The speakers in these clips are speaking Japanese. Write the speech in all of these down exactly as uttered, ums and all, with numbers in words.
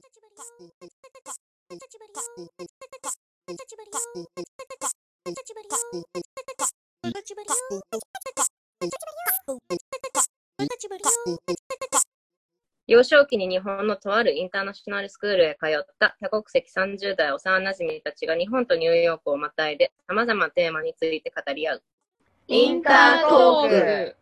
幼少期に日本のとあるインターナショナルスクールへ通った多国籍さんじゅう代幼なじみたちが日本とニューヨークをまたいで様々なテーマについて語り合うインタートーク。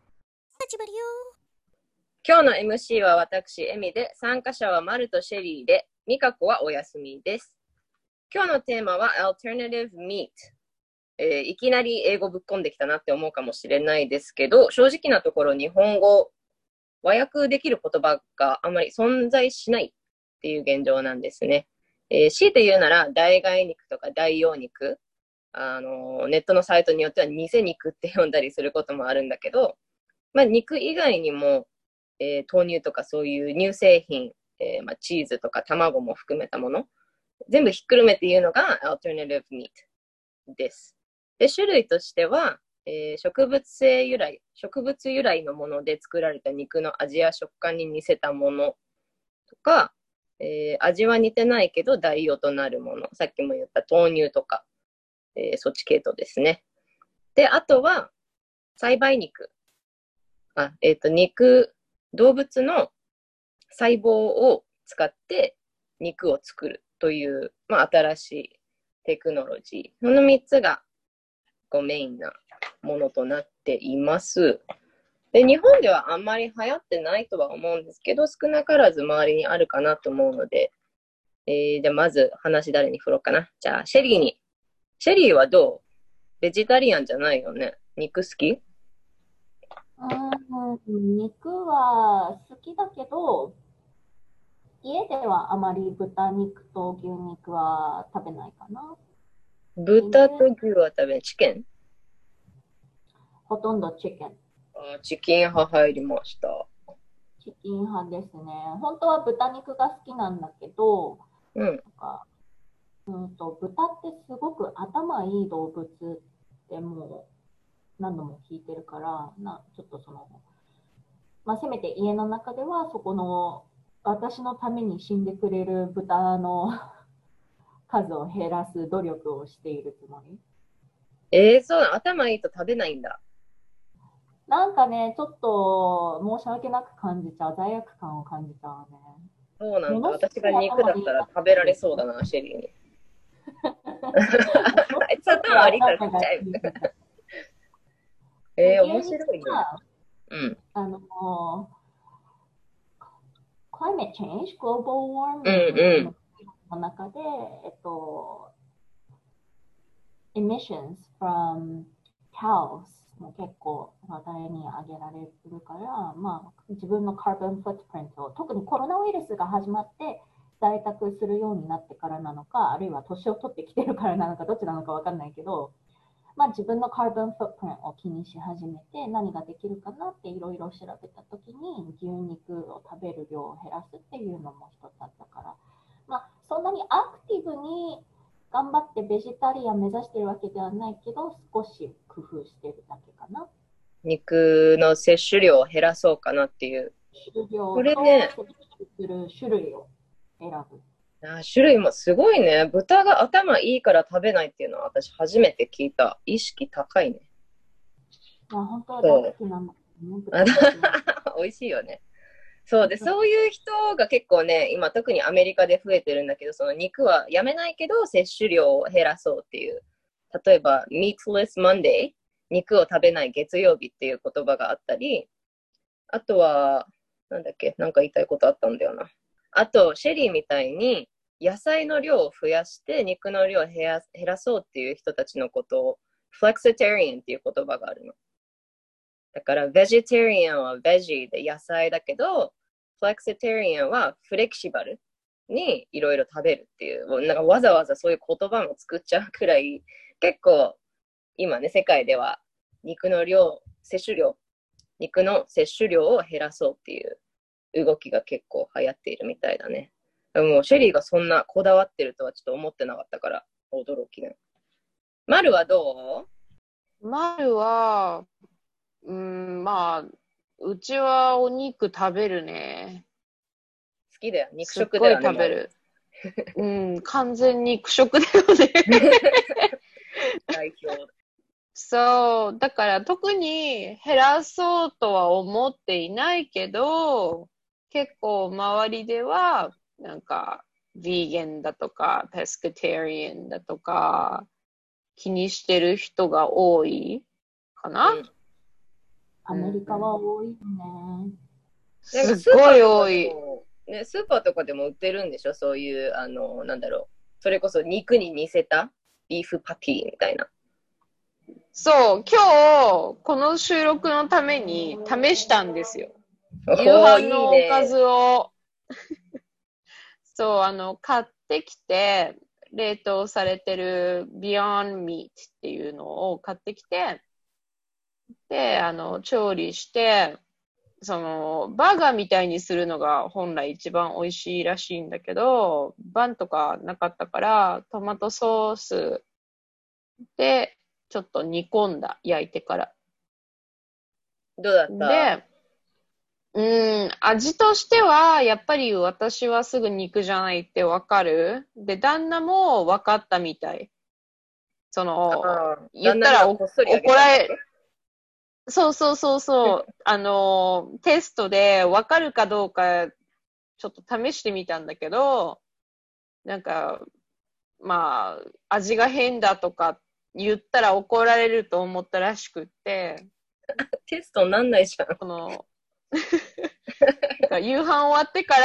今日の エムシー は私、エミで、参加者はマルとシェリーで、ミカコはお休みです。今日のテーマは Alternative Meat、えー。いきなり英語ぶっ込んできたなって思うかもしれないですけど、正直なところ日本語、和訳できる言葉があまり存在しないっていう現状なんですね。えー、強いて言うなら、代替肉とか代用肉、あのー、ネットのサイトによっては偽肉って呼んだりすることもあるんだけど、まあ、肉以外にも、えー、豆乳とかそういう乳製品、えーまあ、チーズとか卵も含めたもの、全部ひっくるめて言うのが Alternative Meat です。で、種類としては、えー、植物性由来、植物由来のもので作られた肉の味や食感に似せたものとか、えー、味は似てないけど代用となるもの、さっきも言った豆乳とか、えー、そっち系統ですね。で、あとは栽培肉。あ、えっと、肉、動物の細胞を使って肉を作るという、まあ、新しいテクノロジー。そのみっつがこうメインなものとなっています。で、日本ではあんまり流行ってないとは思うんですけど、少なからず周りにあるかなと思うので、えー、じゃあまず話誰に振ろうかな。じゃあ、シェリーに。シェリーはどう？ベジタリアンじゃないよね。肉好き？ うん、肉は好きだけど、家ではあまり豚肉と牛肉は食べないかな。 豚と牛は食べない。チキン？ ほとんどチキン。 あ、チキン派入りました。 チキン派ですね。本当は豚肉が好きなんだけど、 うん。 なんかうんと豚ってすごく頭いい動物ってもう何度も聞いてるから、なちょっとその、まあ、せめて家の中ではそこの私のために死んでくれる豚の数を減らす努力をしているつもり。 えー、そうなの？頭いいと食べないんだ。 なんかね、ちょっと申し訳なく感じちゃう、罪悪感を感じちゃうね。 そうなんだ。私が肉だったら食べられそうだな、シェリーに。あいつ頭悪いから食っちゃう。えー、面白いね。うん。 あの、climate change, global warming うんうん。 の中で、えっと、emissions from cows も結構話題に挙げられるから、まあ、自分のカーボンフットプリントを、特にコロナウイルスが始まって在宅するようになってからなのか、あるいは年を取ってきてるからなのか、どっちなのか分かんないけど、まあ、自分のカーボンフットプリントを気にし始めて、何ができるかなっていろいろ調べたときに、牛肉を食べる量を減らすっていうのも一つあったから、まあ、そんなにアクティブに頑張ってベジタリアン目指してるわけではないけど、少し工夫してるだけかな。 肉の摂取量を減らそうかなっていう。 これね、する種類を選ぶ。 あ、種類もすごいね。豚が頭いいから食べないっていうのは私初めて聞いた。意識高いね。 いや、本当は大好きなんだけどね。 美味しいよね。そうで、そういう人が結構ね、今特にアメリカで増えてるんだけど、その肉はやめないけど摂取量を減らそうっていう。例えば、Meatless Monday、肉を食べない月曜日っていう言葉があったり、あとは、なんだっけ、なんか言いたいことあったんだよな。あと、シェリーみたいに野菜の量を増やして肉の量を減ら減らそうっていう人たちのことを、Flexitarian っていう言葉があるの。だから、Vegetarian は Veggie で野菜だけど、Flexitarian はフレキシバルにいろいろ食べるっていう、なんかわざわざそういう言葉も作っちゃうくらい、結構今ね、世界では肉の量、摂取量、肉の摂取量を減らそうっていう動きが結構流行っているみたいだね。でもシェリーがそんなこだわってるとはちょっと思ってなかったから驚きね。マルはどう？マルは、うん、まあ、うちはお肉食べるね。 好きだよ。肉すっごい食だよね。 食べる。うん、完全に肉食だよね。 代表。 そう、だから特に減らそうとは思っていないけど、結構周りでは、なんか、ヴィーゲンだとか、ペスカテリアンだとか、気にしてる人が多いかな、 うん、 アメリカは多いね。 なんすっかスーパごいーとかで多い。 も、ね、スーパーとかでも売ってるんでしょ、そういう、あの、なんだろう。それこそ肉に似せたビーフパティみたいな。 そう、今日、この収録のために試したんですよ。夕おー、 飯いいのおかね。 ずを、そう、あの、買ってきて、冷凍されてる Beyond Meat っていうのを買ってきて、で、あの、調理して、その、バーガーみたいにするのが本来一番美味しいらしいんだけど、バンとかなかったから、トマトソースで、ちょっと煮込んだ、焼いてから。 どうだった？ で、うーん、味としては、やっぱり私はすぐ肉じゃないってわかる。で、旦那もわかったみたい。その、 ああ、 言っ旦那にたらおはこっそりあげ怒られ、 たんだっけ？ そうそうそうそう、あの、テストでわかるかどうか、ちょっと試してみたんだけど、なんか、まあ、味が変だとか言ったら怒られると思ったらしくって、 テストになんないじゃん。 その、なんか夕飯終わってから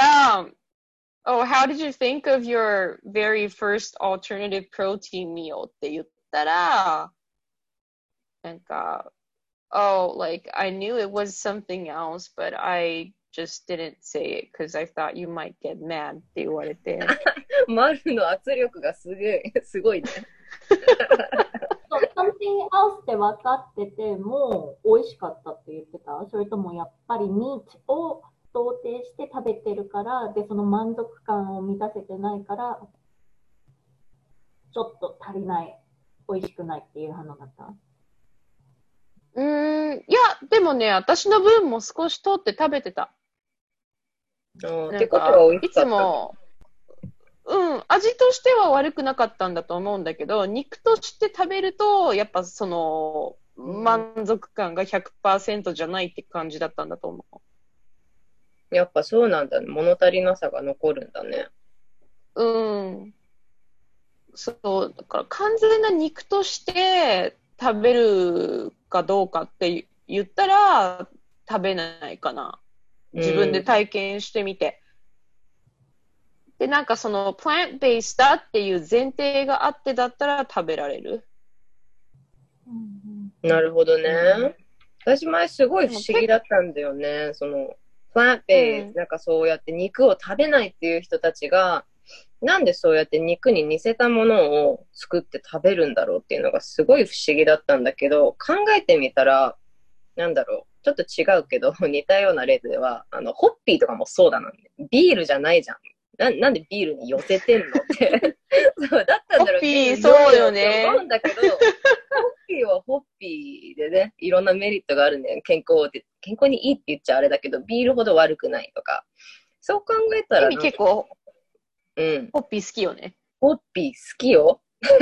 、Oh, how did you think of your very first alternative protein meal? って言ったら、なんか、Oh, like I knew it was something else, but I just didn't say it because I thought you might get mad って言われて。 マルの圧力がすごい、すごいね。 そう、something else って分かってても美味しかったって言ってた？それともやっぱり meat を想定して食べてるから、で、その満足感を満たせてないから、ちょっと足りない、美味しくないっていう反応だった？ うーん、いや、でもね、私の分も少し取って食べてた。 うん、っなんてことはか、いつ美味しかったね。 も、うん、味としては悪くなかったんだと思うんだけど、肉として食べると、やっぱその、 うん、 満足感がひゃくパーセントじゃないって感じだったんだと思やっぱそうなんだね。物足りなさが残るんだね。 う。うん。そう、だから完全な肉として食べるかどうかって言ったら食べないかな。自分で体験してみて。で、なんかその plant based だっていう前提があってだったら食べられる。 うんうん、なるほどね。 うん、 私前すごい不でも結思議だったんだよね。その、プラン構、うベース、 ん、 なんかそうやって肉を食べないっていう人たちが、なんでそうやって肉に似せたものを作って食べるんだろうっていうのがすごい不思議だったんだけど、考えてみたら、なんだろう、ちょっと違うけど、似たような例では、あの、ホッピーとかもそうだな、ね。ビールじゃないじゃん。ななんでビールに寄せてんのってそうだったんだろう、 ホッピー、 ビールそうよって思うね。 んだけど、ホッピーはホッピーでね、いろんなメリットがあるんだよ。健康で、健康にいいって言っちゃあれだけど、ビールほど悪くないとか。そう考えたエらなんか、 ミ結構うん、 ホッピー好きよね。 ホッピー好きよ。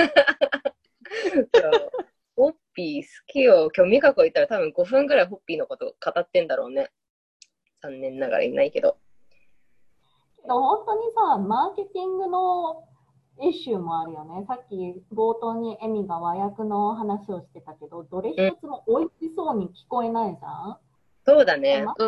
そうホッピー好きよ。今日ミカコいたら多分ごふんぐらいホッピーのこと語ってんだろうね。残念ながらいないけど。 本当にさ、マーケティングのイシューもあるよね。さっき冒頭にエミが和訳の話をしてたけど、どれ一うん、 つも美味しそうに聞こえないじゃん。 そうだね。 うん。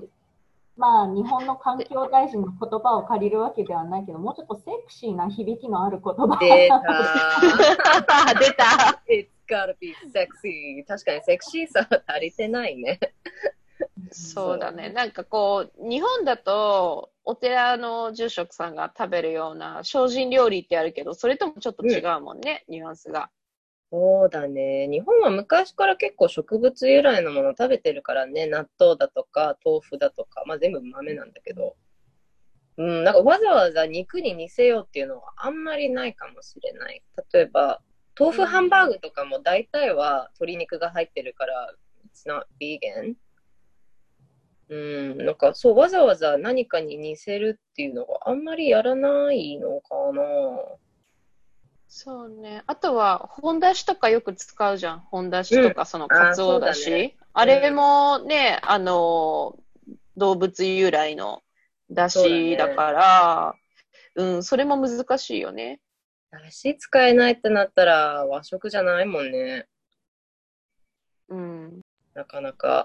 まあ、日本の環境大臣の言葉を借りるわけではないけど、もうちょっとセクシーな響きのある言葉。 出た出た。 It's gotta be sexy. 確かにセクシーさは足りてないね。 そうだね。なんかこう、日本だと、お寺の住職さんが食べるような精進料理ってあるけど、それともちょっと違うもんね、うん、ニュアンスが。 そうだね。日本は昔から結構植物由来のものを食べてるからね。納豆だとか、豆腐だとか、まあ全部豆なんだけど。うん、なんかわざわざ肉に似せようっていうのはあんまりないかもしれない。例えば、豆腐ハンバーグとかも大体は鶏肉が入ってるから、it's not vegan。 うん、なんかそう、わざわざ何かに似せるっていうのがあんまりやらないのかな。 そうね。あとは、本だしとかよく使うじゃん。本だしうん。 とか、その、 ああ、そかつおうだね。 だし。あれうん。 もね、あの、動物由来のだそうだね。 しだから、うん、それも難しいよね。 だし使えないってなったら和食じゃないもんね。 うん。 なかなか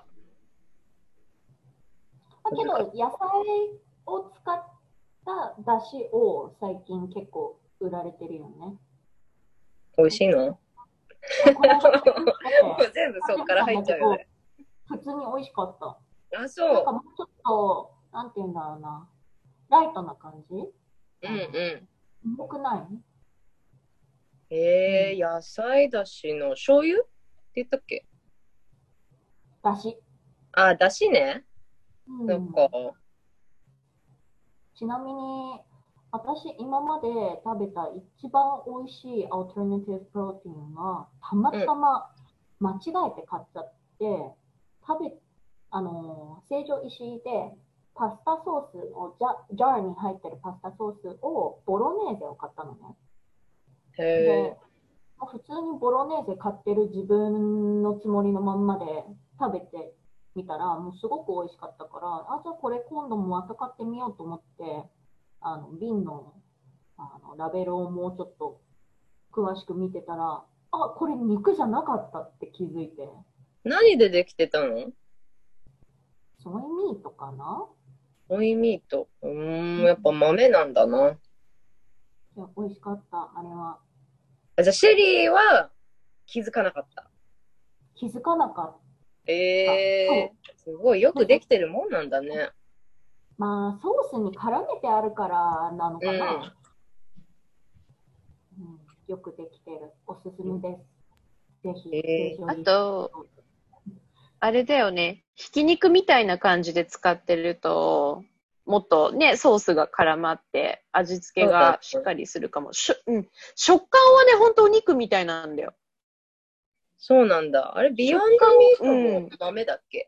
だけど、 難しい。 野菜を使っただしを最近結構売られてるよね。 美味しいの？ あ、この間買ってもう全部そっからみたんだけど、 入っちゃうよね。 普通に美味しかった。 あ、 なんかそもうちょっと、なんていうんだろうな、ライトな感じ。 う。うあの、 んう重くない。 ん。えー、 うん。 野菜だしの醤油って言ったっけ？ だし。 あ、だしね。 うそっか。 ん。ちなみに、私今まで食べた一番美味しいアルタナティブプロテインは、たまうん。 たま間違えて買っちゃって、食べ、あの、成城石井でパスタソースをジャ、ジャーに入ってるパスタソースをボロネーゼを買ったのね。 へで、 え。 普通にボロネーゼ買ってる自分のつもりのまんまで食べてみたら、もうすごく美味しかったから、あ、じゃあこれ今度もまた買ってみようと思って、あの瓶の、あのラベルをもうちょっと詳しく見てたら、あ、これ肉じゃなかったって気づいて、 何でできてたの？ ソイミートかな。 ソイミート。うーん、 うん、いやっぱ豆なんだな。 や、美味しかった、あれは。 あ、じゃあシェリーは気づかなかった。 気づかなかった。 えそー、すごいよう。で、 くできてるもんなんだね。 まあ、ソースに絡めてあるからなのうかん。 な。うん、よくできてる。おすすめです。ぜひ、成え城あ石井と、あれだよね。ひき肉みたいな感じで使ってると、もっとね、ソースが絡まって、味付ー、 けそうだね。 がしっかりするかも。しょ、うん。食感はね、ほんとお肉みたいなんだよ。 そうなんだ。あれ、ビヨン食ドミー感、 トうん。 も豆だっけ？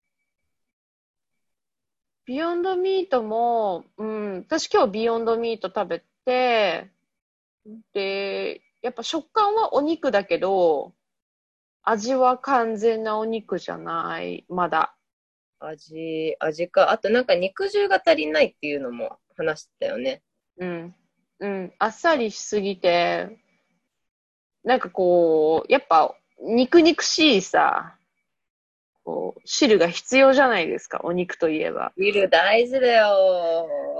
ビヨンドミートも、うん。私今日ビヨンドミート食べて、で、やっぱ食感はお肉だけど、味は完全なお肉じゃない。まだ。 味、味か。あとなんか肉汁が足りないっていうのも話してたよね。 うん。うん。あっさりしすぎて、なんかこう、やっぱ肉肉しいさ、こう、汁が必要じゃないですか、お肉といえば。 ビール大事だよ。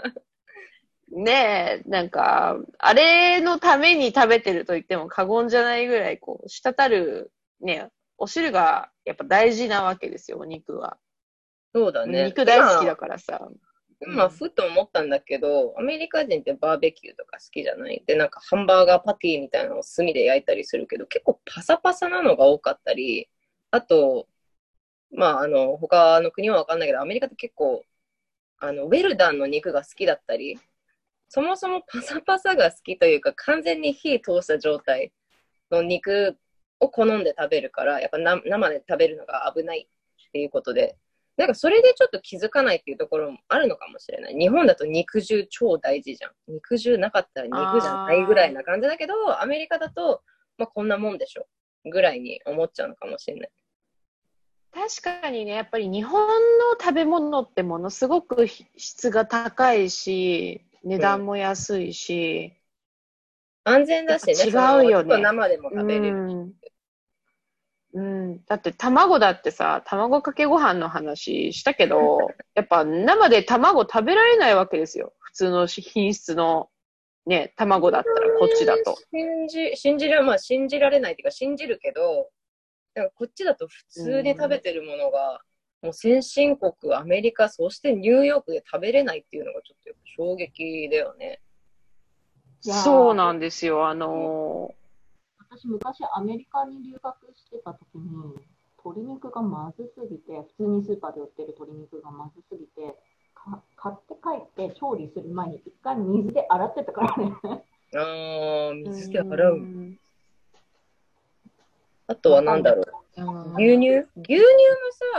ねえ、なんか、あれのために食べてると言っても過言じゃないぐらい、こう、滴る、ね、お汁がやっぱ大事なわけですよ、お肉は。 そうだね。 肉大好きだ今、 からさ。う今、 ん。 ふと思ったんだけど、アメリカ人ってバーベキューとか好きじゃない？で、なんかハンバーガーパティみたいなのを炭で焼いたりするけど、結構パサパサなのが多かったり、あと、まあ、あの、他の国はわかんないけど、アメリカって結構、あの、ウェルダンの肉が好きだったり、そもそもパサパサが好きというか、完全に火通した状態の肉を好んで食べるから、やっぱな生で食べるのが危ないっていうことで、なんかそれでちょっと気づかないっていうところもあるのかもしれない。日本だと肉汁超大事じゃん。肉汁なかったら肉じゃないぐらいあな感じだけど、アメリカだと、まあこんなもんでしょ。ぐらいに思っちゃうのかもしれない。 ー、確かにね、やっぱり日本の食べ物ってものすごく質が高いし、値うん。 段も安いし、 安全やっぱだしね、その、 違うちょっとよね。 生でもう食べれる。 ん。うん。だって卵だってさ、卵かけご飯の話したけど、やっぱ生で卵食べられないわけですよ。普通の品質のね、卵だったらこっちだと。 信じ、信じら、まあ信じられないっていうか信じるけど、なんかこっちだと普う通に食べん。 てるものが、もう先進国、アメリカ、そしてニューヨークで食べれないっていうのがちょっと衝撃だよね。 いやそうー、 なんですよ。あうん。 の私昔アメリカに留学してた時に、鶏肉がまずすぎて、普通にスーパーで売ってる鶏肉がまずすぎて、か買って帰って調理する前に一回水で洗ってたからね。 ああ、 ー、う水で洗う。 ん。 あとはわかんない。 何だろう。 うん。 牛乳牛乳もさ、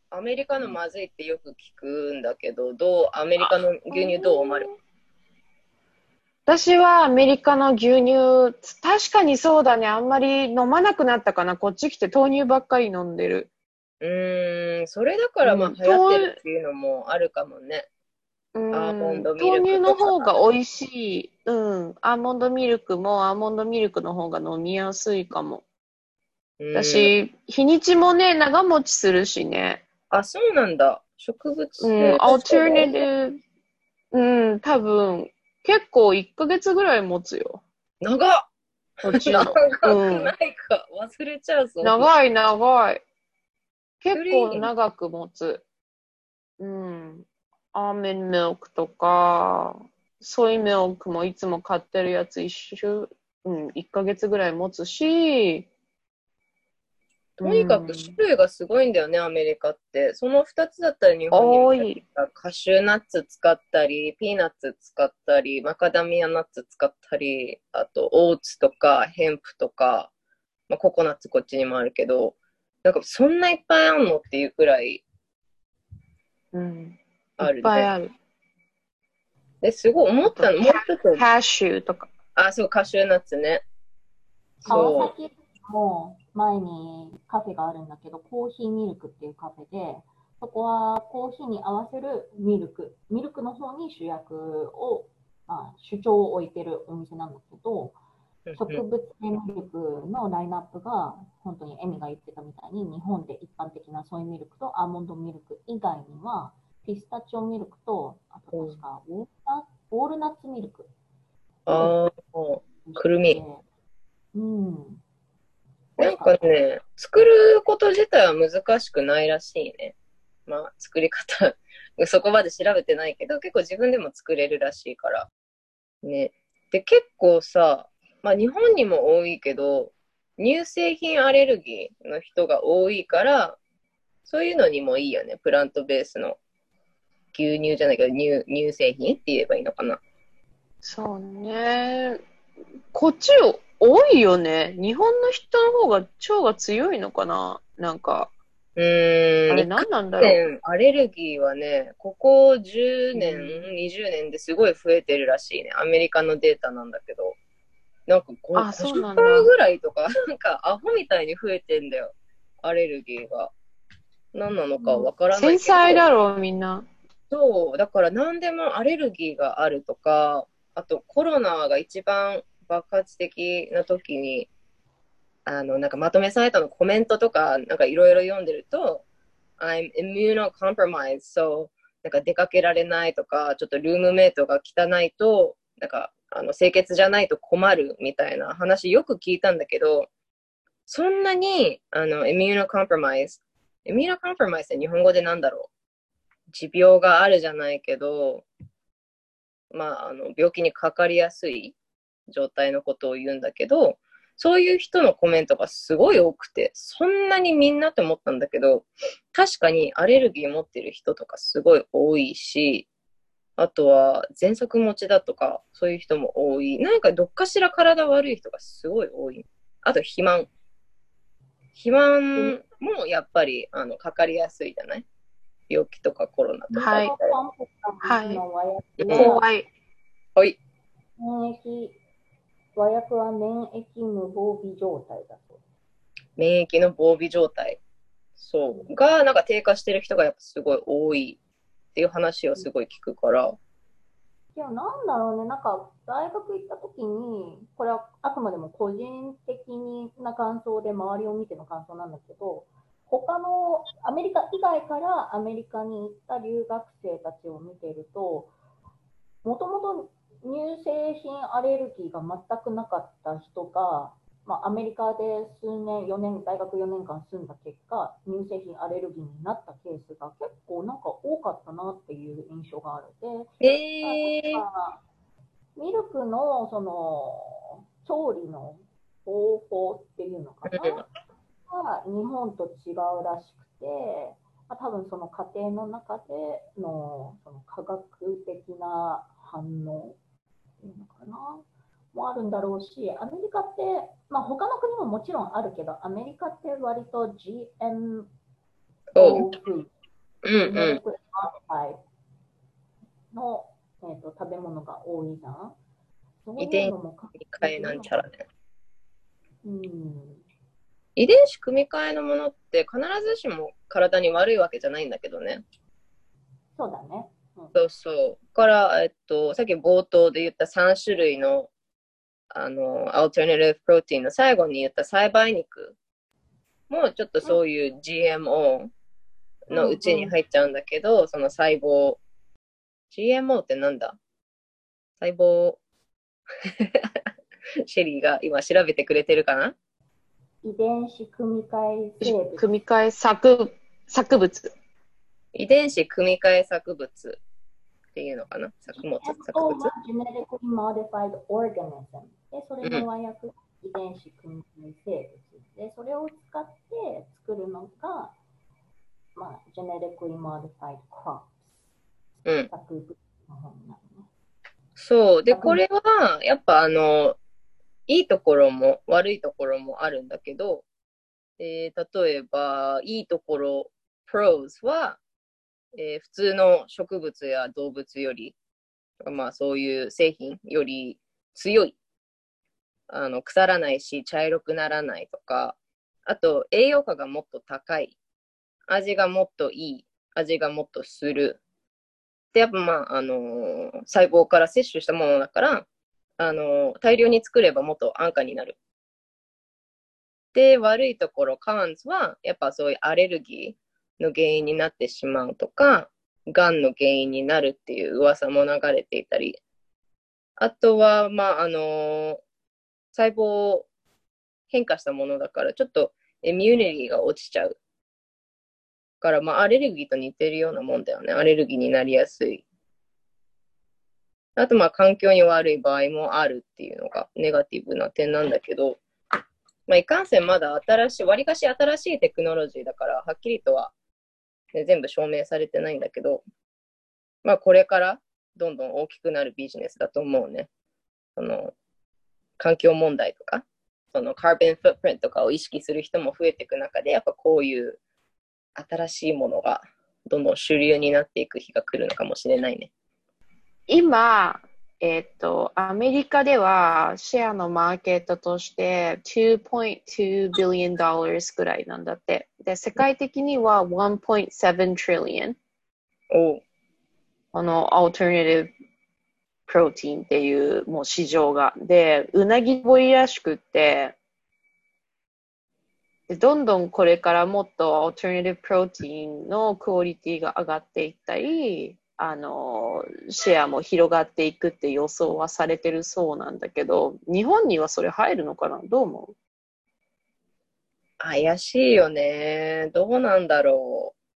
アメリカのまずいってよく聞くんだけど、どう、アメリカの牛乳どう思われる？ 私はアメリカの牛乳、確かにそうだね。あんまり飲まなくなったかな。こっち来て豆乳ばっかり飲んでる。 うーん、それだからまあうん、 流行ってるっていうのもあるかもね。 うアーモンん、 ドミル豆乳のクとか。 方が美味しい。うん。アーモンドミルクもアーモンドミルクの方が飲みやすいかも。 うーん。 私、日にちもね、長持ちするしね。 あ、そうなんだ。植物うん、 性アルテだナティブ、うん、多分、結構いっかげつぐらい持つよ。 長っこっち長の。 くなうん。 いか。忘れちゃう、そんな。 長い長い。結構クリーン。 長く持つ。うん。アーメンドミルクとか、ソイミルクもいつも買ってるやつ一週、うん、いっかげつぐらい持つし、うとにかくん、 種類がすごいんだよね、アメリカって。そのふたつだったら日本にも多い。 カシューナッツ使ったり、ピーナッツ使ったり、マカダミアナッツ使ったり、あとオーツとかヘンプとか、まあ、ココナッツこっちにもあるけど、なんかそんないっぱいあんのっていうくらいうん。いっあるね。 ぱいある。 で、すごい思あと、 ったの、もう一つ、 キャシューとか。 あ、そう、カシューナッツね。 川そ崎も前にカフェがあるんだけど、コーヒーミルクっていうカフェで、そこはコーヒーに合わせるミルク、ミルクの方に主役を、まあ、主張を置いてるお店なんだけど、 う。 植物性ミルクのラインナップが本当にエミが言ってたみたいに、日本で一般的なソイミルクとアーモンドミルク以外には、ピスタチオミルクと、あと確かウォーナウォールナッツミルクああ、くるみ。 うん。 なんかね、作ること自体は難しくないらしいね。まあ、作り方、そこまで調べてないけど、結構自分でも作れるらしいから。ね。で、結構さ、まあ日本にも多いけど、乳製品アレルギーの人が多いから、そういうのにもいいよね。プラントベースの牛乳じゃないけど、乳、乳製品って言えばいいのかな。 そうね。こっち多いよね。日本の人の方が腸が強いのかな、なんか。 うーん、 あれ一何なんだろ年アレルギーはね、ここ10 う。 年、 うん、 にじゅうねんですごい増えてるらしいね。アメリカのデータなんだけど。なんかあ、そうなんごじゅっパーセントだ。 ぐらいとか、なんかアホみたいに増えてんだよ。アレルギーが。何なのかわからない繊けど。 細だろう、みんな。 そう、だから何でもアレルギーがあるとか、あとコロナが一番爆発的な時に、あの、なんかまとめサイトのコメントとか、なんかいろいろ読んでると、I'm immunocompromised, so なんか出かけられないとか、ちょっとルームメイトが汚いと、なんかあの清潔じゃないと困るみたいな話よく聞いたんだけど、そんなにあの immunocompromised、immunocompromised って日本語でなんだろう、持病があるじゃないけど、まあ、あの病気にかかりやすい状態のことを言うんだけど、そういう人のコメントがすごい多くて、そんなにみんなって思ったんだけど、確かにアレルギー持ってる人とかすごい多いし、あとは喘息持ちだとか、そういう人も多い。なんかどっかしら体悪い人がすごい多い。あと肥満。肥満もやっぱりあのかかりやすいじゃない？病気とかコロナとか。 はい。はい。怖い。 はい。 免疫、和訳は免疫無防備状態だそうです。 免疫の防備状態。そう。が、なんか低下してる人がやっぱすごい多いっていう話をすごい聞くから。 いや、なんだろうね。なんか、大学行った時に、これはあくまでも個人的な感想で、周りを見ての感想なんだけど、他のアメリカ以外からアメリカに行った留学生たちを見てると、もともと乳製品アレルギーが全くなかった人が、まあ、アメリカで数年、よねん、大学よねんかん住んだ結果、乳製品アレルギーになったケースが結構なんか多かったなっていう印象があるので、 えー、 ミルクのその調理の方法っていうのかな、が日本と違うらしくて、まあ、多分その家庭の中でのその科学的な反応っていうのかなもあるんだろうし、アメリカって、まあ、他の国ももちろんあるけど、アメリカって割と ジーエムオー フードうんうん。 ジェネリックモディファイの、えーと、食べ物が多いじゃん。そういうのも遺伝子組み換えなんちゃらね。 うん。 遺伝子組み換えのものって必ずしも体に悪いわけじゃないんだけどね。 そうだね。うん、 そうそう。から、えっと、さっき冒頭で言ったさん種類の、あの、アルタナティブプロテインの最後に言った栽培肉もちょっとそういう ジーエムオー のうちに入っちゃうんだけど、その細胞、ジーエムオー ってなんだ？細胞、シェリーが今調べてくれてるかな？ 遺伝子組み換え生物。 組み換え作、作物。 遺伝子組み換え作物っていうのかな？作物、作物。 Genetically modified organism。で、それの和訳、うん、遺伝子組み換え生物。で、それを使って作るのが、まあ、genetically modified crops。 うん。 作物の方になるね。 そう。で、これは、やっぱあの、いいところも悪いところもあるんだけど、えー、例えば、いいところ、pros は、えー、普通の植物や動物より、まあそういう製品より強い。あの、腐らないし、茶色くならないとか、あと、栄養価がもっと高い。味がもっといい。味がもっとする。で、やっぱまあ、あのー、細胞から摂取したものだから、あのー、大量に作ればもっと安価になる。で、悪いところ、カーンズは、やっぱそういうアレルギーの原因になってしまうとか、がんの原因になるっていう噂も流れていたり、あとは、まあ、あのー、細胞変化したものだから、ちょっとイミュニティが落ちちゃう。から、まあ、アレルギーと似てるようなもんだよね。アレルギーになりやすい。あと、まあ、環境に悪い場合もあるっていうのがネガティブな点なんだけど、まあ、いかんせんまだ新しい、わりかし新しいテクノロジーだから、はっきりとは、ね、全部証明されてないんだけど、まあ、これからどんどん大きくなるビジネスだと思うね。その、環境問題とか、そのカーボンフットプリントとかを意識する人も増えていく中で、やっぱこういう新しいものがどんどん主流になっていく日が来るのかもしれないね。 今、えっと、アメリカではシェアのマーケットとしてにてんにビリオンドルくらいなんだって。で、世界的にはいってんななトリリオン。 おこのアルタナティブプロテインっていうもう市場が。で、うなぎぼりらしくって、でどんどんこれからもっとアルタナティブプロテインのクオリティが上がっていったり、あの、シェアも広がっていくって予想はされてるそうなんだけど、日本にはそれ入るのかな？どう思う？ 怪しいよね。どうなんだろう。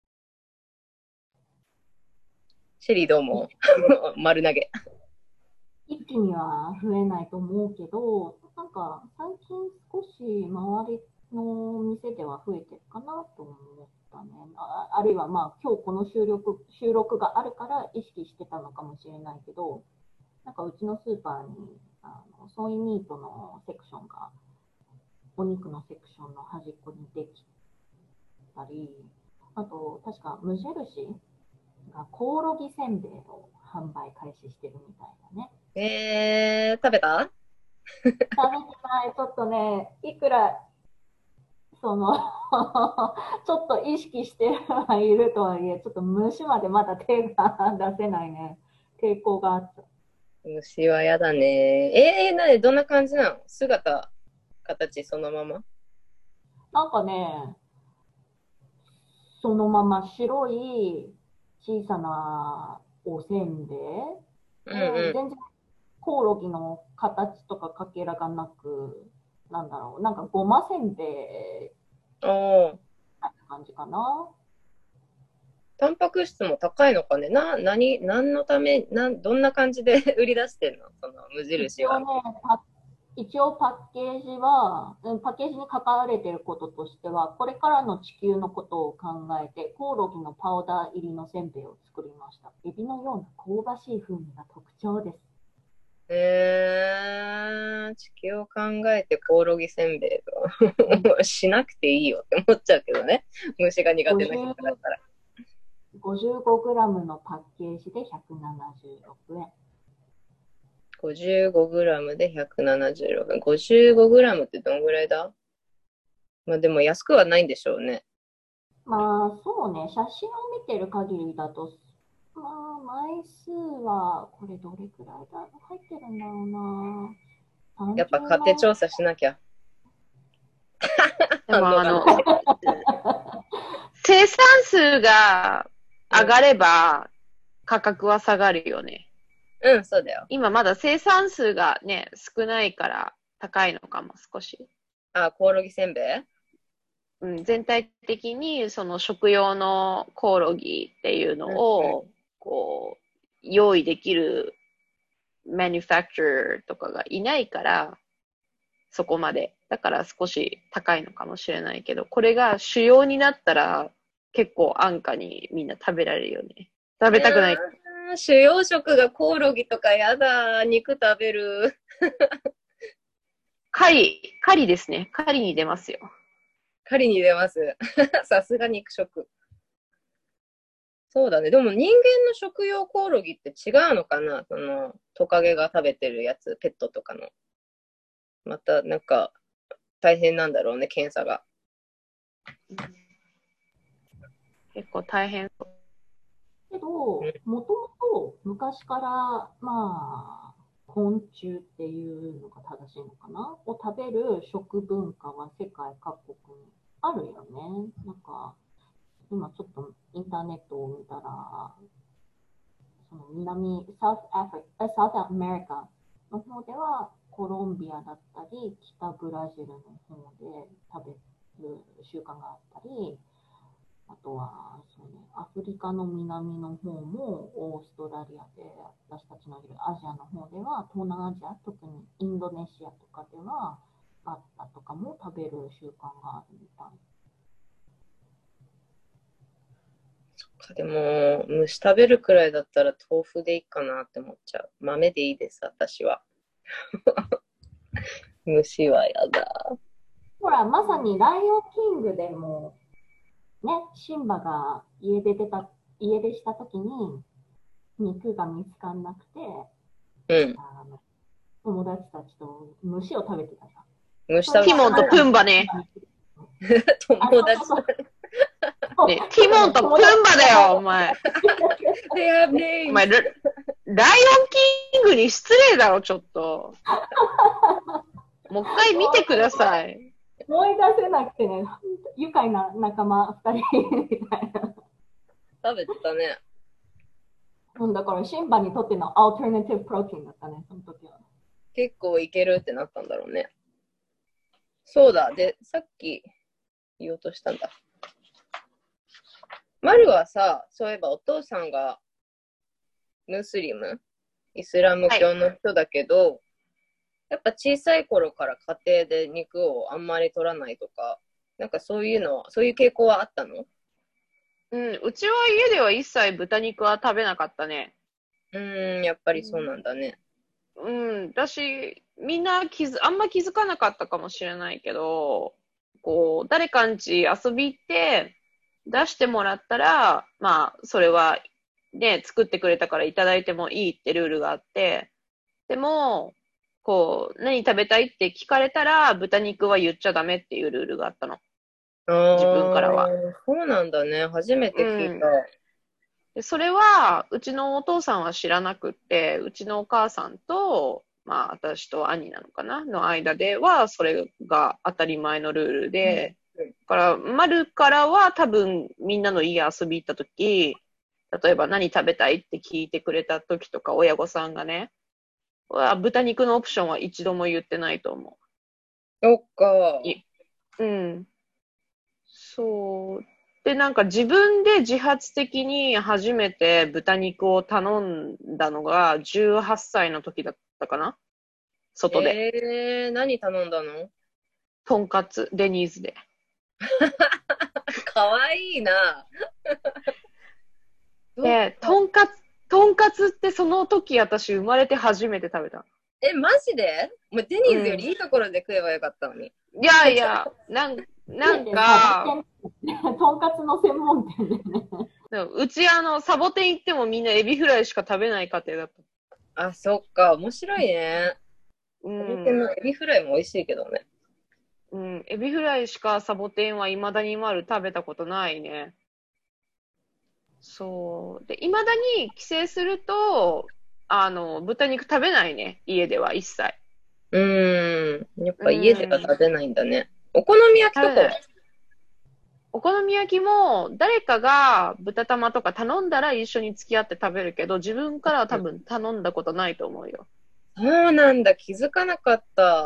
シェリーどう思う？丸投げ。 一気には増えないと思うけど、なんか最近少し周りの店では増えてるかなと思ったね。あ、あるいはまあ今日この収録、収録があるから意識してたのかもしれないけど、なんかうちのスーパーにあのソイミートのセクションが、お肉のセクションの端っこにできたり、あと確か無印がコオロギせんべいを販売開始してるみたいだね。 えー、食べた？ 食べてない。ちょっとね、いくらそのちょっと意識してはいるとはいえ、ちょっと虫までまだ手が出せないね。抵抗があった。 虫はやだね。えー、なに、どんな感じなの？姿、形そのまま？ なんかね、そのまま白い小さなおせんべい、 うんうん、 全然コオロギの形とかかけらがなく、なんだろう、なんかごませんべいおー、 な感じかな。 タンパク質も高いのかね。な、何、何のため、なん、どんな感じで売り出してんの？その無印は。 一応ね、パ一応パッケージは、パッケージに書かれていることとしては、これからの地球のことを考えて、コオロギのパウダー入りのせんべいを作りました。エビのような香ばしい風味が特徴です。 えー、地球を考えてコオロギせんべいとしなくていいよって思っちゃうけどね。虫が苦手な人だから。 ごじゅうごグラム のパッケージでひゃくななじゅうろくえん。 ごじゅうごグラム でひゃくななじゅうろくえん。ごじゅうごグラム ってどんぐらいだ？まあでも安くはないんでしょうね。 まあそうね、写真を見てる限りだと、まあ枚数はこれどれくらいだ入ってるんだろうな。 やっぱ家庭調査しなきゃ。 でもあの、生産数が上がれば価格は下がるよね。 うん、そうだよ。 今まだ生産数がね、少ないから高いのかも、少し。 あ、コオロギせんべい？ うん、全体的にその食用のコオロギっていうのを、こう、用意できるマニュファクチャーとかがいないから、そこまで。だから少し高いのかもしれないけど、これが主要になったら結構安価にみんな食べられるよね。食べたくない。 主要食がコオロギとかやだ。肉食べる。 カリ、カリですね。カリに出ますよ。 カリに出ます。さすが肉食。そうだね。でも人間の食用コオロギって違うのかな？そのトカゲが食べてるやつ、ペットとかの。またなんか大変なんだろうね、検査が。 結構大変。 けど、もともと昔から、まあ、昆虫っていうのが正しいのかなを食べる食文化は世界各国にあるよね。なんか、今ちょっとインターネットを見たら、その南、サウスアフリカ、サウスアメリカの方では、コロンビアだったり、北ブラジルの方で食べる習慣があったり、あとはそう、ね、アフリカの南の方もオーストラリアで私たちのいるアジアの方では東南アジア、特にインドネシアとかではバッタとかも食べる習慣があるみたい。 そっか、でも虫食べるくらいだったら豆腐でいいかなって思っちゃう。豆でいいです、私は。虫はやだ。 ほら、まさにライオンキングでもね、シンバが家出てた、家出したときに肉が見つからなくて、 うん。 あの友達たちと虫を食べてたじゃん。 虫食べティモンとプンバね。 友達そうそうね、ティモンとプンバだよ、お前。 They have names. お前ラ、ライオンキングに失礼だろ、ちょっと。もう一回見てください。 思い出せなくてね、愉快な仲間ふたりみたいな。 食べてたね。 うん、だからシンバにとってのアルタナティブプロテインだったね、その時は。 結構いけるってなったんだろうね。そうだ。で、さっき言おうとしたんだ。マルはさ、そういえばお父さんがムスリム、イスラム教の人だけど、はい、やっぱ小さい頃から家庭で肉をあんまり取らないとか、なんかそういうの、そういう傾向はあったの？ うん、うちは家では一切豚肉は食べなかったね。 うーん、やっぱりそうなんだね。 うん、だし、みんな気づ、あんま気づかなかったかもしれないけど、こう、誰かんち遊び行って出してもらったら、まあ、それはね、作ってくれたからいただいてもいいってルールがあって、でも、こう、何食べたいって聞かれたら、豚肉は言っちゃダメっていうルールがあったの。自分からは。 そうなんだね。初めて聞いた。うん、 でそれは、うちのお父さんは知らなくって、うちのお母さんと、まあ、私と兄なのかなの間では、それが当たり前のルールで、うん、だから、丸からは多分、みんなの家遊び行った時、例えば何食べたいって聞いてくれた時とか、親御さんがね、豚肉のオプションは一度も言ってないと思う。 そっか。 うん。そう。で、なんか自分で自発的に初めて豚肉を頼んだのがじゅうはっさいの時だったかな？外で。 えー、何頼んだの？ とんかつ、デニーズで。 かわいいな。 で、とんかつ、とんかつってその時私生まれて初めて食べた。 え、マジで？もうデニーズよりいいところで食えばよかったのに。 うん、いやいや、なんなんか、 とんかつの専門店でね。 うちあの、サボテン行ってもみんなエビフライしか食べない家庭だった。 あ、そっか。面白いね。 うサボテンん。 のエビフライも美味しいけどね。 うん。エビフライしかサボテンは未だに丸食べたことないね。そう。で、未だに帰省すると、あの、豚肉食べないね。家では一切。 うーん。やっうぱ家ではん。 食べないんだね。お好み焼きとかは？ 食べない。お好み焼きも誰かが豚玉とか頼んだら一緒に付き合って食べるけど、自分からは多分頼んだことないと思うよ。 そうなんだ。気づかなかった。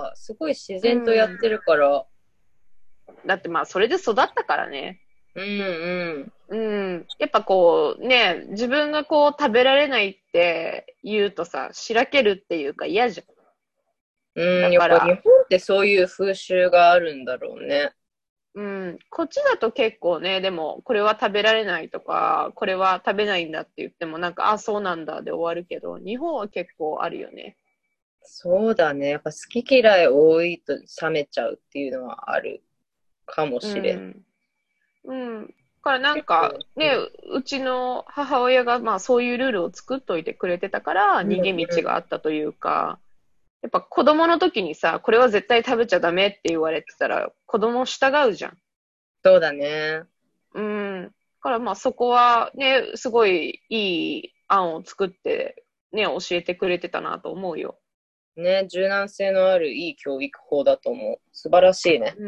すごい自然とやってるから。 だってまあそれで育ったからね。 うんうん。 うん。やっぱこうね、自分がこう食べられないって言うとさ、しらけるっていうか嫌じゃん。 うん、 だやっぱ日本から、 ってそういう風習があるんだろうね。 うん、こっちだと結構ね、でも、これは食べられないとか、これは食べないんだって言っても、なんか、あ、そうなんだで終わるけど、日本は結構あるよね。 そうだね。やっぱ好き嫌い多いと冷めちゃうっていうのはあるかもうしれん。 ん。うん。だからなん結構、 か、ね、うちの母親が、まあそういうルールを作っといてくれてたから、 うん逃げ道があったというか、やっぱ子供の時にさ、これは絶対食べちゃダメって言われてたら、子供従うじゃん。 そうだね。 うん。だからまあそこはね、すごいいい案を作ってね、教えてくれてたなと思うよ。 ね、柔軟性のあるいい教育法だと思う。素晴らしいね。 うん。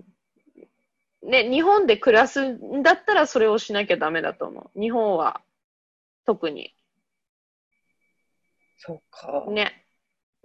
ね、日本で暮らすんだったらそれをしなきゃダメだと思う。日本は特に。 そうか。 ね。うん。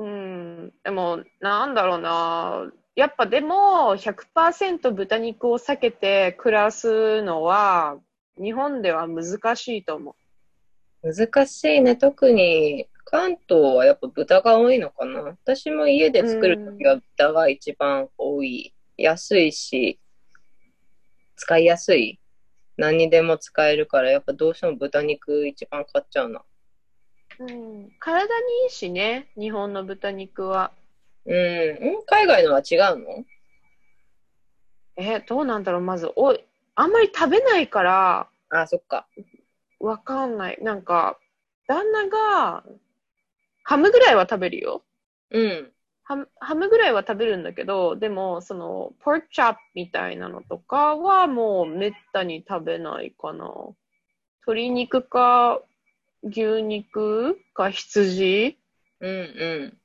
でも、なんだろうな。やっぱでも、ひゃくパーセント豚肉を避けて暮らすのは、日本では難しいと思難しいね。特に関東はやっぱ豚が多いのかな。私も家でう。 作るときうん。 は豚が一番多い。安いし、使いやすい。何にでも使えるから、やっぱどうしても豚肉一番買っちゃうな。 うん。体にいいしね、日本の豚肉は。 うん。ん海外のは違うの？ え、どうなんだろう、まず、おい、あんまり食べないから、 あ、そっか。 わかんない。なんか、旦那が、ハムぐらいは食べるよ。 うん。 ハム、ハムぐらいは食べるんだけど、でも、その、ポークチャップみたいなのとかはもうめったに食べないかな。鶏肉か、牛肉か羊うんうん。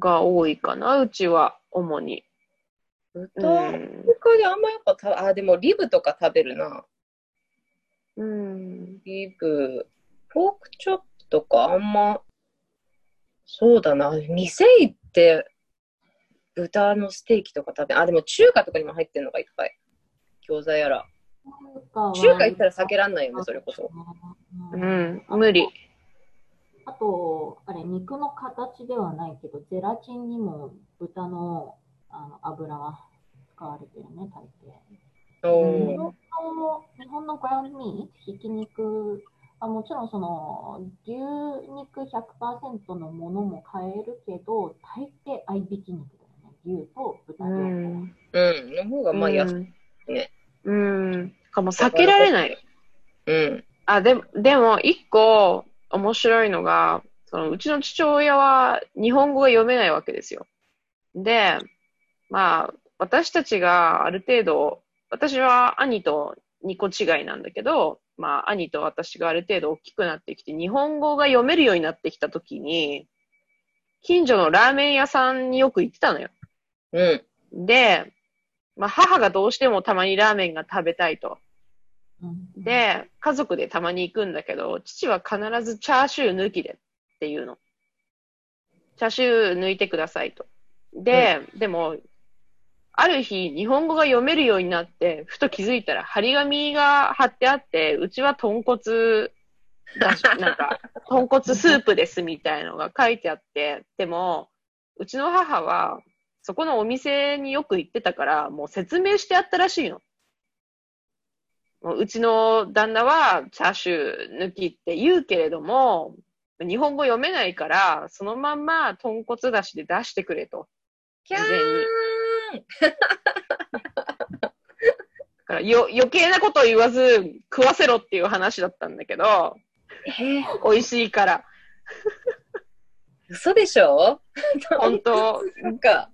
が多いかな、うちは、主に。 豚、 うん他であんまやっぱた、あ、でもリブとか食べるな。 うん。 リブ、ポークチョップとかあんま、そうだな。店行って豚のステーキとか食べ、あ、でも中華とかにも入ってるのがいっぱい。餃子やら。中華行ったら避けらんないよね、それこそ。 うん、無理。 あと、あれ、肉の形ではないけど、ゼラチンにも豚の、あの油は使われてるね、大抵。 おー日本の、日本のグラウンドミート、ひき肉、あもちろんその牛肉ひゃくパーセントのものも買えるけど、大抵合いびき肉だよね。牛と豚う両方。 ん。 うん。の方がまあ安いね。 うん。かも避けられない。 うん。 あ、でも、でも、一個面白いのが、その、うちの父親は日本語が読めないわけですよ。で、まあ、私たちがある程度、私は兄とにこ違いなんだけど、まあ、兄と私がある程度大きくなってきて、日本語が読めるようになってきたときに、近所のラーメン屋さんによく行ってたのよ。 うん。 で、まあ、母がどうしてもたまにラーメンが食べたいと。 うんで、家族でたまに行くんだけど、父は必ずチャーシュー抜きでっていうの。チャーシュー抜いてくださいと。で、でも、ある日、日本語が読めるようになって、ふと気づいたら、張り紙が貼ってあって、うちは豚骨だし、なんか、豚骨スープですみたいのが書いてあって、でも、うちの母は、そこのお店によく行ってたから、もう説明してあったらしいの。もううちの旦那はチャーシュー抜きって言うけれども、日本語読めないから、そのまんま豚骨だしで出してくれと。 キャー事前に。 ンからよ余計なことを言わず食わせろっていう話だったんだけど、 えー、 美味しいから。 嘘でしょ？ 本当。 なんか。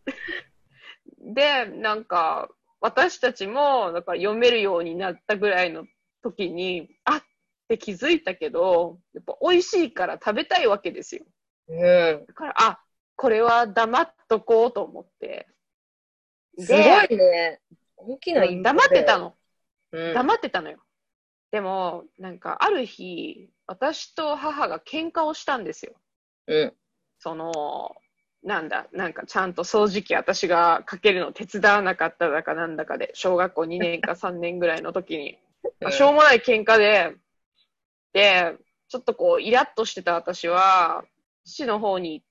で、なんか、私たちも、なんか読めるようになったぐらいの時に、あって気づいたけど、やっぱ美味しいから食べたいわけですよ。 うん。 だから、あ、これは黙っとこうと思って。 すごいね。大きなインパクト黙ってたの。 うん、 黙ってたのよ。でも、なんか、ある日、私と母が喧嘩をしたんですよ。 うん。 その、なんだ、なんかちゃんと掃除機私がかけるの手伝わなかっただかなんだかで、小学校にねんかさんねんぐらいの時に、 うん、 しょうもない喧嘩で、で、ちょっとこう、イラッとしてた私は、父の方に行って、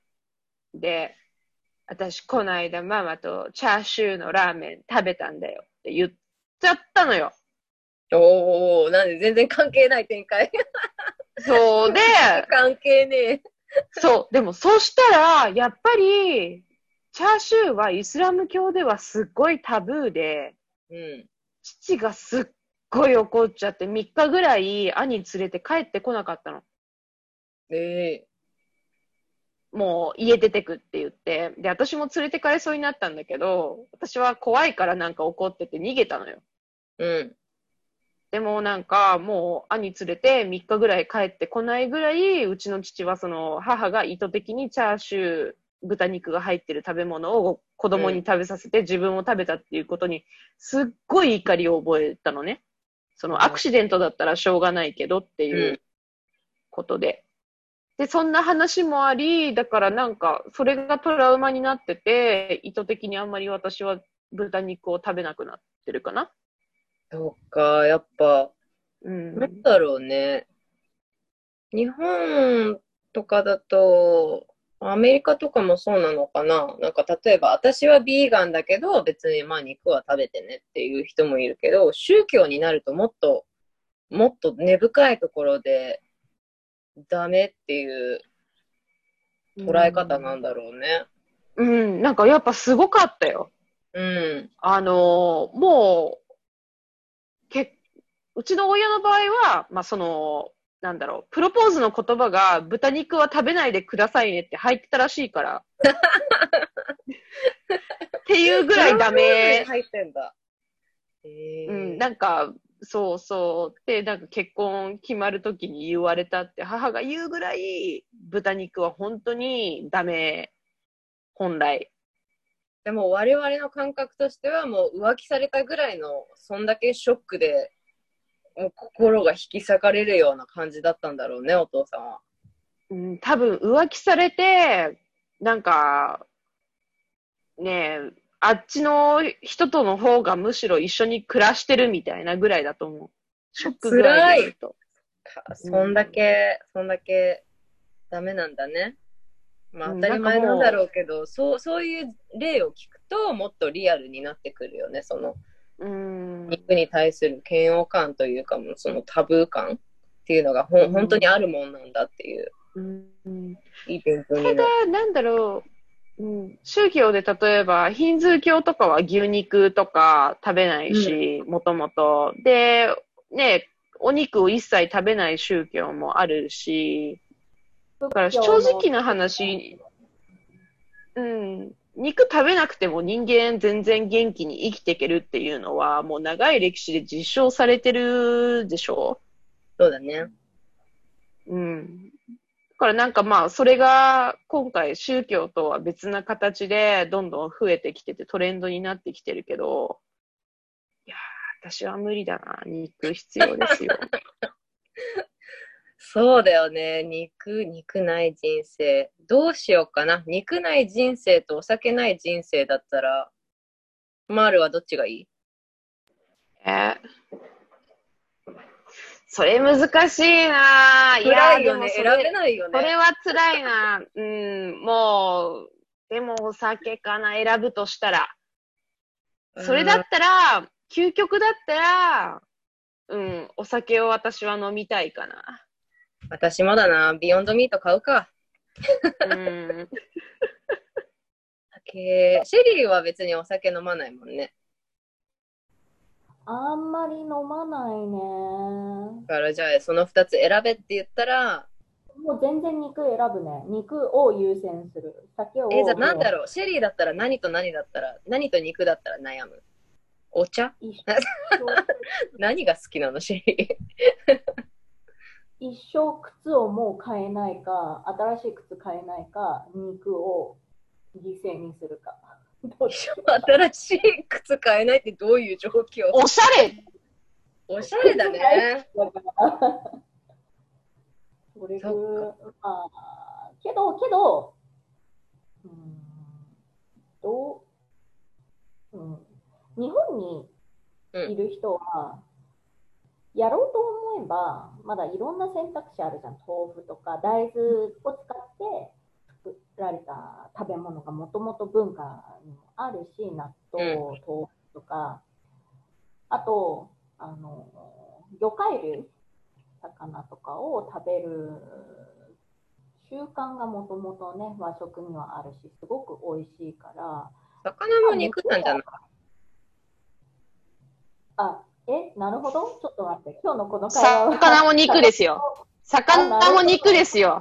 で、私この間ママとチャーシューのラーメン食べたんだよって言っちゃったのよ。 おー、なんで全然関係ない展開。 そうで、 関係ねえ。 そう、でもそうしたら、やっぱり、チャーシューはイスラム教ではすっごいタブーで、 うん。 父がすっごい怒っちゃってみっかぐらい兄連れて帰ってこなかったの。 ええもう家出てくって言って。で、私も連れてかれそうになったんだけど、私は怖いからなんか怒ってて逃げたのよ。 うん。 でもなんかもう兄連れてみっかぐらい帰ってこないぐらい、うちの父はその母が意図的にチャーシュー、豚肉が入ってる食べ物を子供に食べさせて自分を食べたっていうことにすっごい怒りを覚えたのね。そのアクシデントだったらしょうがないけどっていうことで。で、そんな話もあり、だからなんかそれがトラウマになってて、意図的にあんまり私は豚肉を食べなくなってるかな。 そうか、やっぱ、 うん。 なんだろうね。日本とかだと、アメリカとかもそうなのかな。なんか例えば、私はビーガンだけど、別にまあ肉は食べてねっていう人もいるけど、宗教になるともっと、もっと根深いところでダメっていう捉え方なんだろうね。 うん、なんかやっぱすごかったよ。 うん。 あのーもう、け、うちの親の場合は、まあその、なんだろう、プロポーズの言葉が豚肉は食べないでくださいねって入ってたらしいから。っていうぐらいダメ。 入ってんだ。えー、 うん、なんか、そうそう。で、なんか結婚決まるときに言われたって母が言うぐらい、豚肉は本当にダメ。本来。 でも我々の感覚としてはもう浮気されたぐらいのそんだけショックでもう心が引き裂かれるような感じだったんだろうね、お父さんは。 うん、多分浮気されて、なんか、ねえ、あっちの人との方がむしろ一緒に暮らしてるみたいなぐらいだと思う。ショック具合で言うと。 そんだけ、そんだけダメなんだね。まあうん当たり前なんだろうけど、そう、そういう例を聞くともっとリアルになってくるよね。そのうん、 肉に対する嫌悪感というか、そのタブー感っていうのがほ、うん、本当にあるもんなんだっていう。 うん、 いい勉強になる。 ただ、なんだろう、うん、宗教で例えば、ヒンズー教とかは牛肉とか食べないし、もともと。で、ね、お肉を一切食べない宗教もあるし、だから正直な話、うん、肉食べなくても人間全然元気に生きていけるっていうのは、もう長い歴史で実証されてるでしょ？ そうだね。 うん。だからなんかまあ、それが今回宗教とは別な形でどんどん増えてきててトレンドになってきてるけど、いやー、私は無理だな。肉必要ですよ。 そうだよね。肉、肉ない人生。どうしようかな。肉ない人生とお酒ない人生だったら、マールはどっちがいい？ えそれ難しいな。 いや、よね。 選べないよね。 それは辛いな。うん、もう、でもお酒かな、選ぶとしたら。それだったら、究極だったら、うん、お酒を私は飲みたいかな。 私もだな。ビヨンドミート買うか。 うん。 酒、シェリーは別にお酒飲まないもんね。 あんまり飲まないね。 だからじゃあそのふたつ選べって言ったら、 もう全然肉選ぶね。肉を優先する。酒をえ、じゃあなんもうだろう、シェリーだったら何と何だったら、何と肉だったら悩む？お茶？ 一何が好きなの、シェリー？ 一生靴をもう買えないか、新しい靴買えないか、肉を犠牲にするか。どっちか新しい靴買えないってどういう状況？ おしゃれ。 おしゃれだね。 だからそれくそっまあ、けど、けど、うーんどう、うん、日本にいる人は、やろうと思えば、まだいろんな選択肢あるじゃん。豆腐とか大豆を使って作られた食べ物がもともと文化にもあるし、納豆、 うん豆腐とか、あと、あの、魚介類、魚とかを食べる習慣がもともとね、和食にはあるし、すごく美味しいから、 魚も肉なんじゃない？ あ、え、なるほど。ちょっと待って。今日のこの会話は。 魚も肉ですよ。魚も肉ですよ。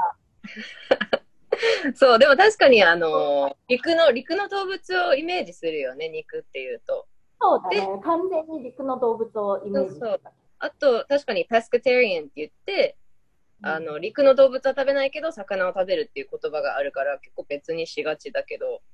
そう、でも確かにあの、陸の、陸の動物をイメージするよね、肉っていうと。 そうだね。完全に陸の動物をイメージしてた。 そうそう。あと、確かにパスカテリアンって言って、あの、陸の動物は食べないけど、魚を食べるっていう言葉があるから、結構別にしがちだけど、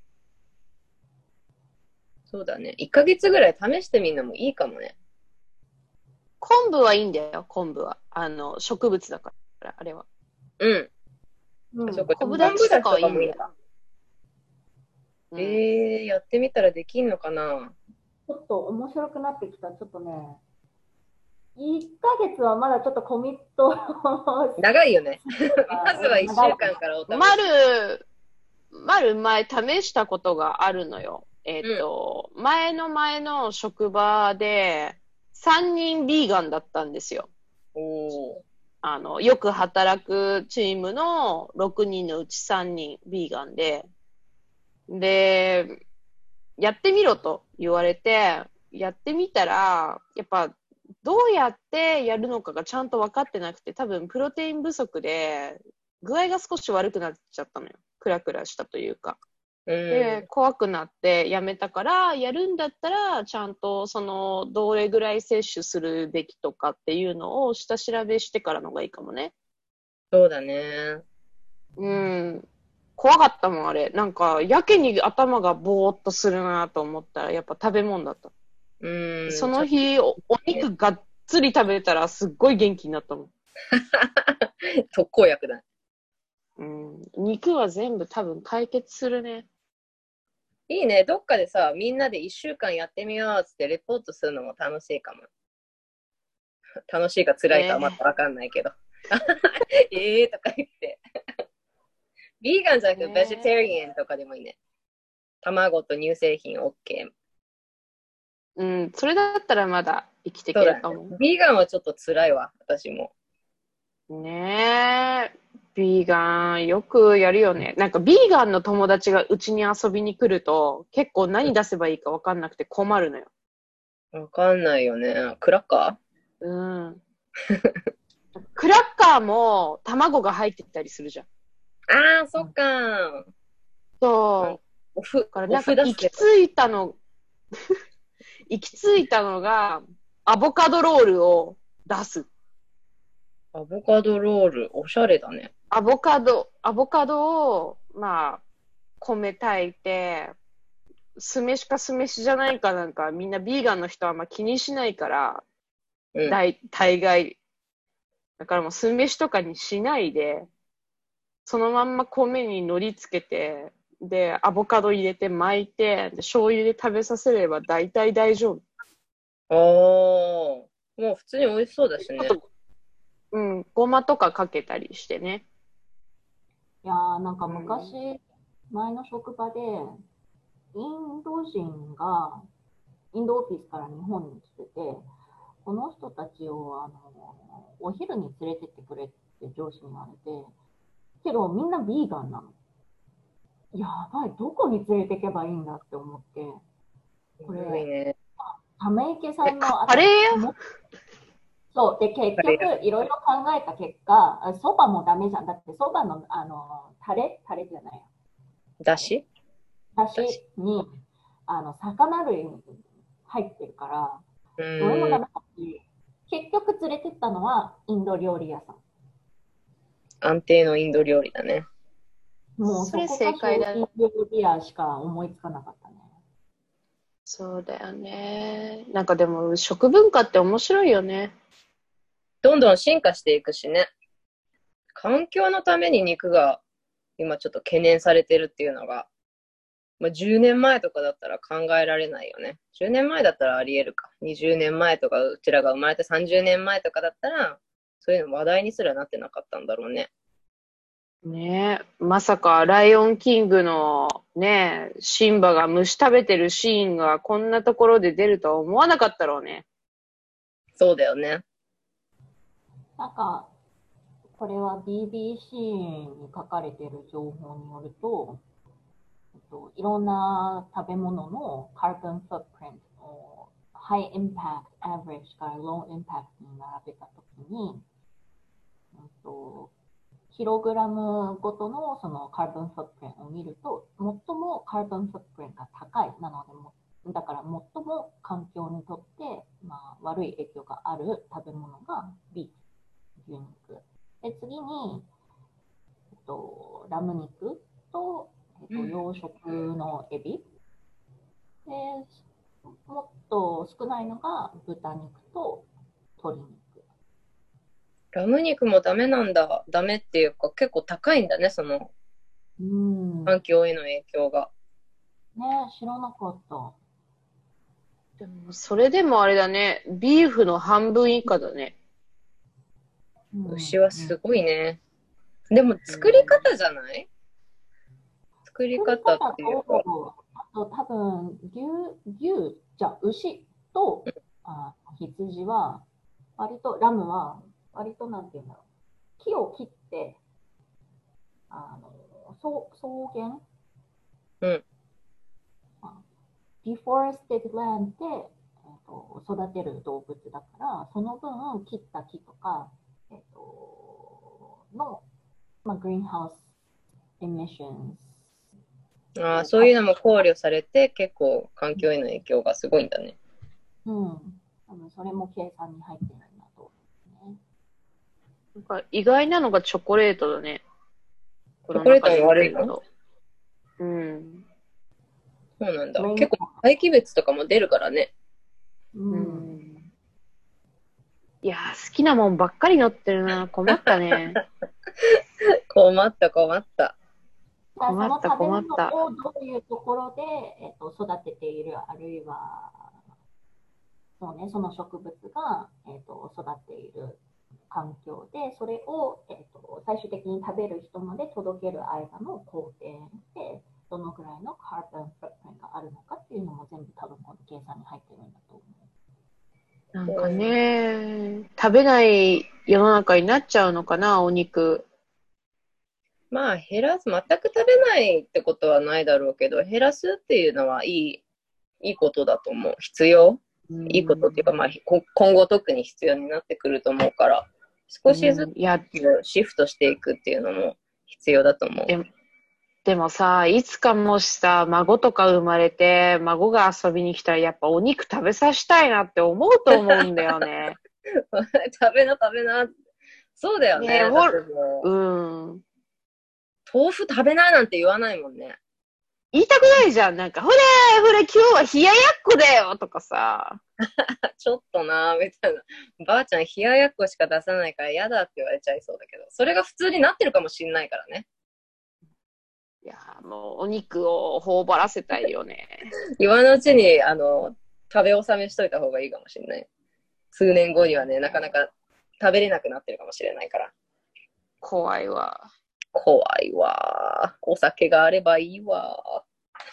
そうだね。いっかげつぐらい試してみるのもいいかもね。 昆布はいいんだよ、昆布は。あの、植物だから、あれは。 うん。 うん、 そこ昆布だしとかはいいんだよ。 えー、やってみたらできんのかな？ ちょっと面白くなってきた。ちょっとね、いっかげつはまだちょっとコミット。 長いよね。まずはいっしゅうかんからお試し。 まる、まる前試したことがあるのよ。えっ、と、うん、前の前の職場でさんにんビーガンだったんですよ。 おー。 あの、よく働くチームのろくにんのうちさんにんビーガンで、で、やってみろと言われて、やってみたら、やっぱ、どうやってやるのかがちゃんと分かってなくて、多分プロテイン不足で、具合が少し悪くなっちゃったのよ。クラクラしたというか。で、怖くなってやめたから、やるんだったら、ちゃんとその、どれぐらい摂取するべきとかっていうのを下調べしてからのがいいかもね。 そうだね。 うん。怖かったもん、あれ。なんか、やけに頭がぼーっとするなと思ったら、やっぱ食べ物だった。 うん。 その日お、お肉がっつり食べたら、すっごい元気になったもん。 特効薬だ。 うん。肉は全部多分解決するね。 いいね。どっかでさ、みんなでいっしゅうかんやってみようってレポートするのも楽しいかも。楽しいか辛いかはまだわかんないけど。えー、えーとか言って。ビーガンじゃなくて、ベジタリアンとかでもいいね。卵と乳製品 OK。 うん、それだったらまだ生きていけるかも。 ね、ビーガンはちょっと辛いわ、私も。 ねえ、ビーガンよくやるよね。なんかビーガンの友達がうちに遊びに来ると、結構何出せばいいか分かんなくて困るのよ。 分かんないよね。クラッカーうん。クラッカーも卵が入ってたりするじゃん。 ああ、そっか。 そう。 オフ、 からなんか行き着いたの、行き着いたのが、アボカドロールを出す。 アボカドロール、おしゃれだね。 アボカド、アボカドを、まあ、米炊いて、酢飯か酢飯じゃないかなんか、みんなビーガンの人はあんま気にしないから、 うん、 大大概。だからもう酢飯とかにしないで、そのまんま米に海苔つけて、で、アボカド入れて巻いて、で醤油で食べさせれば大体大丈夫。 ああ、もう普通に美味しそうだしね。 あと、うん、ごまとかかけたりしてね。 いやー、なんか昔、うん、前の職場で、インド人が、インドオフィスから日本に来てて、この人たちをあのお昼に連れてってくれって上司に言われて、けどみんなビーガンなの。やばい、どこに連れてけばいいんだって思って、これ、 ね、 ため池さんのカレーよ。 そう。で、結局、いろいろ考えた結果、そばもダメじゃん。だって、そばの、あの、タレタレじゃない。 だしだしに、あの、魚類入ってるから、どれもダメだし、結局連れてったのはインド料理屋さん。 安定のインド料理だね。 もうそれ正解だね。インド料理屋しか思いつかなかったね。 そうだよね。なんかでも食文化って面白いよね。 どんどん進化していくしね。環境のために肉が今ちょっと懸念されてるっていうのが、まあ、じゅうねんまえとかだったら考えられないよね。じゅうねんまえだったらあり得るか。にじゅうねんまえとか、うちらが生まれてさんじゅうねんまえとかだったら、そういうの話題にすらなってなかったんだろうね。 ねえ、まさかライオンキングのね、シンバが虫食べてるシーンがこんなところで出るとは思わなかったろうね。 そうだよね。 なんか、これは ビービーシー に書かれている情報によると、いろんな食べ物のカーボンフットプリントをハイインパクト、アベレージからローインパクトに並べたときに、キログラムごとのそのカーボンフットプリントを見ると、最もカーボンフットプリントが高い。なのでも、だから最も環境にとって、まあ、悪い影響がある食べ物がビーフ、牛肉。で、次に、えっと、ラム肉と、えっと、養殖のエビ。で、もっと少ないのが豚肉と鶏肉。 ラム肉もダメなんだ。ダメっていうか結構高いんだね、その環境への影響が。 ねえ、知らなかった。 でもそれでもあれだね、ビーフの半分以下だね。 牛はすごいね。でも作り方じゃない？作り方っていうか。 あと多分牛、牛、じゃあ牛とあ羊は、割とラムは、割となんていうんだろう。木を切って、あの草草原、 うん。 ディフォレステッドランドで、えー、と育てる動物だから、その分切った木とか、えー、との、まあ、グリーンハウスエミッションズ。 ああ、そういうのも考慮されて、結構環境への影響がすごいんだね。 うん。多分それも計算に入ってるんだと、ね。 なんか意外なのがチョコレートだね。 チョコレートも悪いの？ うん。 そうなんだ。結構廃棄物とかも出るからね。 うん。 いやー、好きなもんばっかり乗ってるな。困ったね。 困った困った。 困った困った。 その食べ物をどういうところで、えー、と育てている、あるいはそうね、その植物が、えー、と育っている環境で、それを、えー、と最終的に食べる人まで届ける間の工程で、どのくらいのカーボンフットプリントがあるのかっていうのも全部多分この計算に入ってるんだと思う。 なんかね、食べない世の中になっちゃうのかな、お肉。 まあ、減らす、全く食べないってことはないだろうけど、減らすっていうのはいい、いいことだと思う。必要いいことっていうか、まあ、今後特に必要になってくると思うから、少しずつシフトしていくっていうのも必要だと思う。 でも、でもさ、いつかもしさ、孫とか生まれて、孫が遊びに来たらやっぱお肉食べさせたいなって思うと思うんだよね。 食べな食べな。そうだよね。ねうん。 豆腐食べななんて言わないもんね。 言いたくないじゃん。なんか、ほれー、ほれ、今日は冷ややっこだよとかさ。 ちょっとなー、みたいな。ばあちゃん冷ややっこしか出さないから嫌だって言われちゃいそうだけど、それが普通になってるかもしんないからね。 いやー、もうお肉を頬張らせたいよね。 今のうちに、あの、食べ納めしといた方がいいかもしれない。数年後にはね、なかなか食べれなくなってるかもしれないから。 怖いわ。 怖いわ。お酒があればいいわ。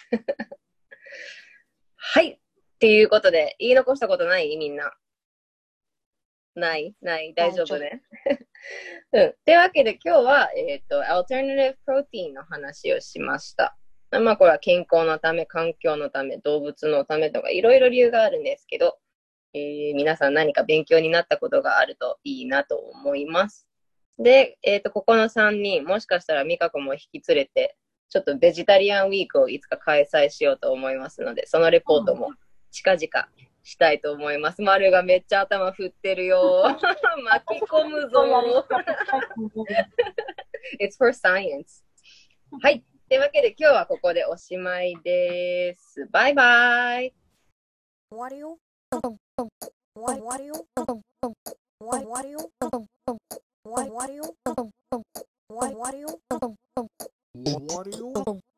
はい。っていうことで、言い残したことないみんな。ないない大丈夫ね。うん。というわけで今日は、えっと、alternative protein の話をしました。 まあこれは健康のため、環境のため、動物のためとかいろいろ理由があるんですけど、えー、皆さん何か勉強になったことがあるといいなと思います。で、えっと、ここのさんにん、もしかしたら美香子も引き連れて、ちょっとベジタリアンウィークをいつか開催しようと思いますので、そのレポートも近々したいと思います。丸がめっちゃ頭振ってるよ。巻き込むぞ。It's for science. はい。というわけで今日はここでおしまいです。バイバイ。終わるよ。終わるよ。終わるよ。終わるよ。終わるよ。終わるよ。終わるよ。